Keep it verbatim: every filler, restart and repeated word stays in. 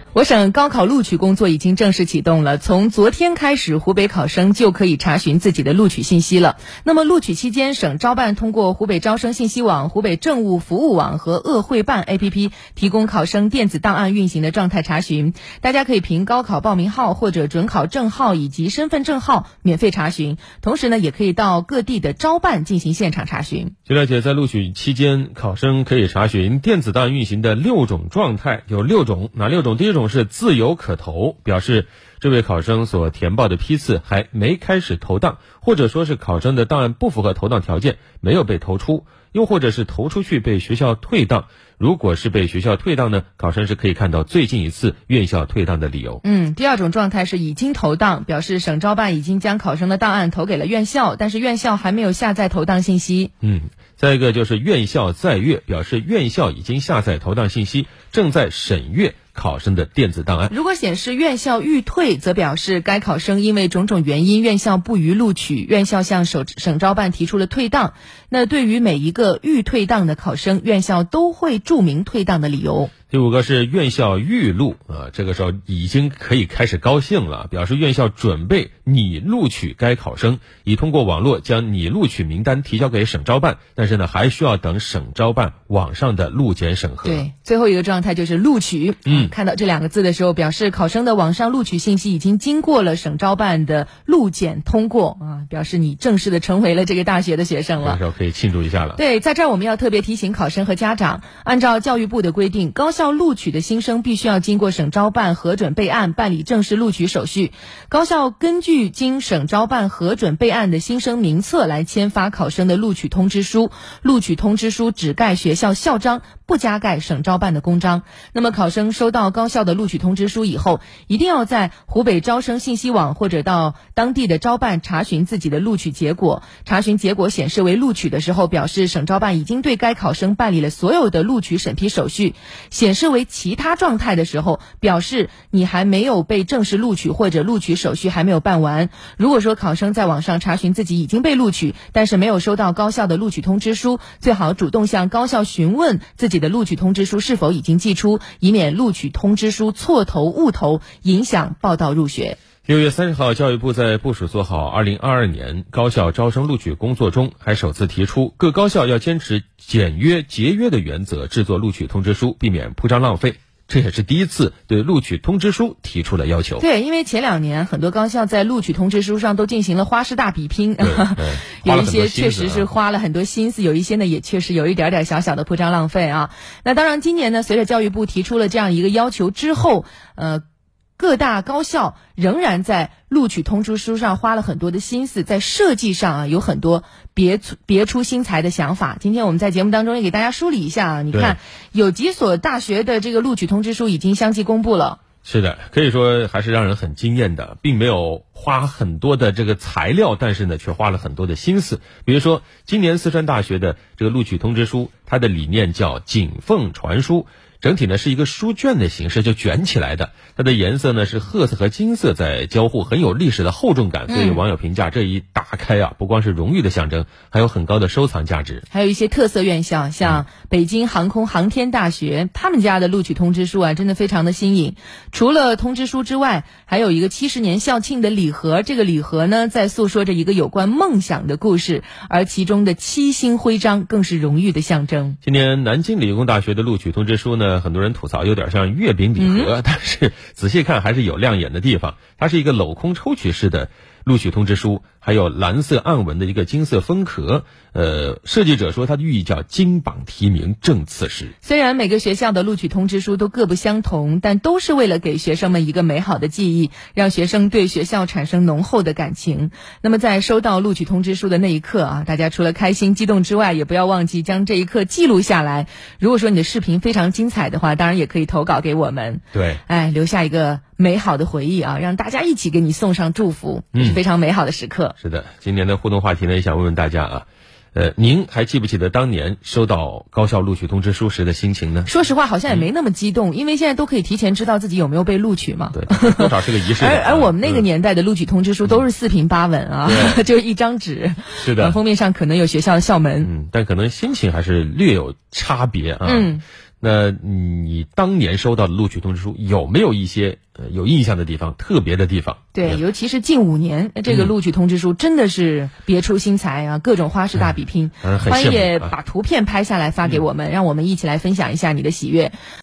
我省高考录取工作已经正式启动了，从昨天开始，湖北考生就可以查询自己的录取信息了。那么录取期间，省招办通过湖北招生信息网、湖北政务服务网和鄂汇办 A P P 提供考生电子档案运行的状态查询。大家可以凭高考报名号或者准考证号以及身份证号免费查询，同时呢，也可以到各地的招办进行现场查询。 据了解，在录取期间，考生可以查询电子档案运行的六种状态，有六种，哪六种？第一种是自由可投，表示这位考生所填报的批次还没开始投档，或者说是考生的档案不符合投档条件，没有被投出，又或者是投出去被学校退档。如果是被学校退档呢，考生是可以看到最近一次院校退档的理由。 嗯，第二种状态是已经投档，表示省招办已经将考生的档案投给了院校，但是院校还没有下载投档信息。 嗯，再一个就是院校在阅，表示院校已经下载投档信息，正在审阅考生的电子档案。 如果显示院校预退，则表示该考生因为种种原因，院校不予录取，院校向省省招办提出了退档。那对于每一个预退档的考生，院校都会注明退档的理由。 第五个是院校预录啊，这个时候已经可以开始高兴了，表示院校准备拟录取该考生，已通过网络将拟录取名单提交给省招办，但是呢，还需要等省招办网上的录检审核。 对，最后一个状态就是录取。 嗯， 看到这两个字的时候，表示考生的网上录取信息已经经过了省招办的录检通过啊，表示你正式的成为了这个大学的学生了。 这时候可以庆祝一下了。 对，在这儿我们要特别提醒考生和家长，按照教育部的规定，高校录取的新生必须要经过省招办核准备案，办理正式录取手续。高校根据经省招办核准备案的新生名册来签发考生的录取通知书，录取通知书只盖学校校章，不加盖省招办的公章。那么考生收到高校的录取通知书以后，一定要在湖北招生信息网或者到当地的招办查询自己的录取结果。查询结果显示为录取的时候，表示省招办已经对该考生办理了所有的录取审批手续。显示为其他状态的时候，表示你还没有被正式录取或者录取手续还没有办完。如果说考生在网上查询自己已经被录取，但是没有收到高校的录取通知书，最好主动向高校询问自己的录取通知书是否已经寄出，以免录取通知书错投误投，影响报到入学。 六月三十号，教育部在部署做好二零二二年高校招生录取工作中，还首次提出各高校要坚持简约节约的原则制作录取通知书，避免铺张浪费。这也是第一次对录取通知书提出了要求。 对，因为前两年很多高校在录取通知书上都进行了花式大比拼，有一些确实是花了很多心思，有一些呢也确实有一点点小小的铺张浪费啊。那当然，今年呢，随着教育部提出了这样一个要求之后，呃。各大高校仍然在录取通知书上花了很多的心思，在设计上啊有很多别出别出心裁的想法。今天我们在节目当中也给大家梳理一下啊，你看有几所大学的这个录取通知书已经相继公布了。 是的，可以说还是让人很惊艳的，并没有花很多的这个材料，但是呢却花了很多的心思。比如说今年四川大学的这个录取通知书，它的理念叫锦凤传书，整体呢是一个书卷的形式，就卷起来的，它的颜色呢是褐色和金色在交互，很有历史的厚重感。所以网友评价这一打开啊，不光是荣誉的象征，还有很高的收藏价值。 还有一些特色院校，像北京航空航天大学，他们家的录取通知书啊，真的非常的新颖。除了通知书之外，还有一个七十年校庆的礼盒，这个礼盒呢在诉说着一个有关梦想的故事，而其中的七星徽章更是荣誉的象征。 今年南京理工大学的录取通知书呢，很多人吐槽有点像月饼礼盒，嗯、但是仔细看还是有亮眼的地方。它是一个镂空抽取式的录取通知书，还有蓝色暗纹的一个金色封壳。呃，设计者说它的寓意叫金榜题名正此时。 虽然每个学校的录取通知书都各不相同，但都是为了给学生们一个美好的记忆，让学生对学校产生浓厚的感情。那么在收到录取通知书的那一刻啊，大家除了开心激动之外，也不要忘记将这一刻记录下来。如果说你的视频非常精彩的话，当然也可以投稿给我们。 对， 哎，留下一个美好的回忆啊，让大家一起给你送上祝福，嗯，是非常美好的时刻。 是的，今年的互动话题呢，也想问问大家啊，呃，您还记不记得当年收到高校录取通知书时的心情呢？ 说实话，好像也没那么激动，嗯、因为现在都可以提前知道自己有没有被录取嘛。 对，多少是个仪式而而我们那个年代的录取通知书都是四平八稳啊，嗯、就是一张纸， 是的， 封面上可能有学校的校门， 嗯，但可能心情还是略有差别啊。 嗯。 那你当年收到的录取通知书有没有一些呃有印象的地方、特别的地方？ 对，尤其是近五年这个录取通知书真的是别出心裁啊，各种花式大比拼。 嗯、 欢迎也把图片拍下来发给我们，嗯、让我们一起来分享一下你的喜悦。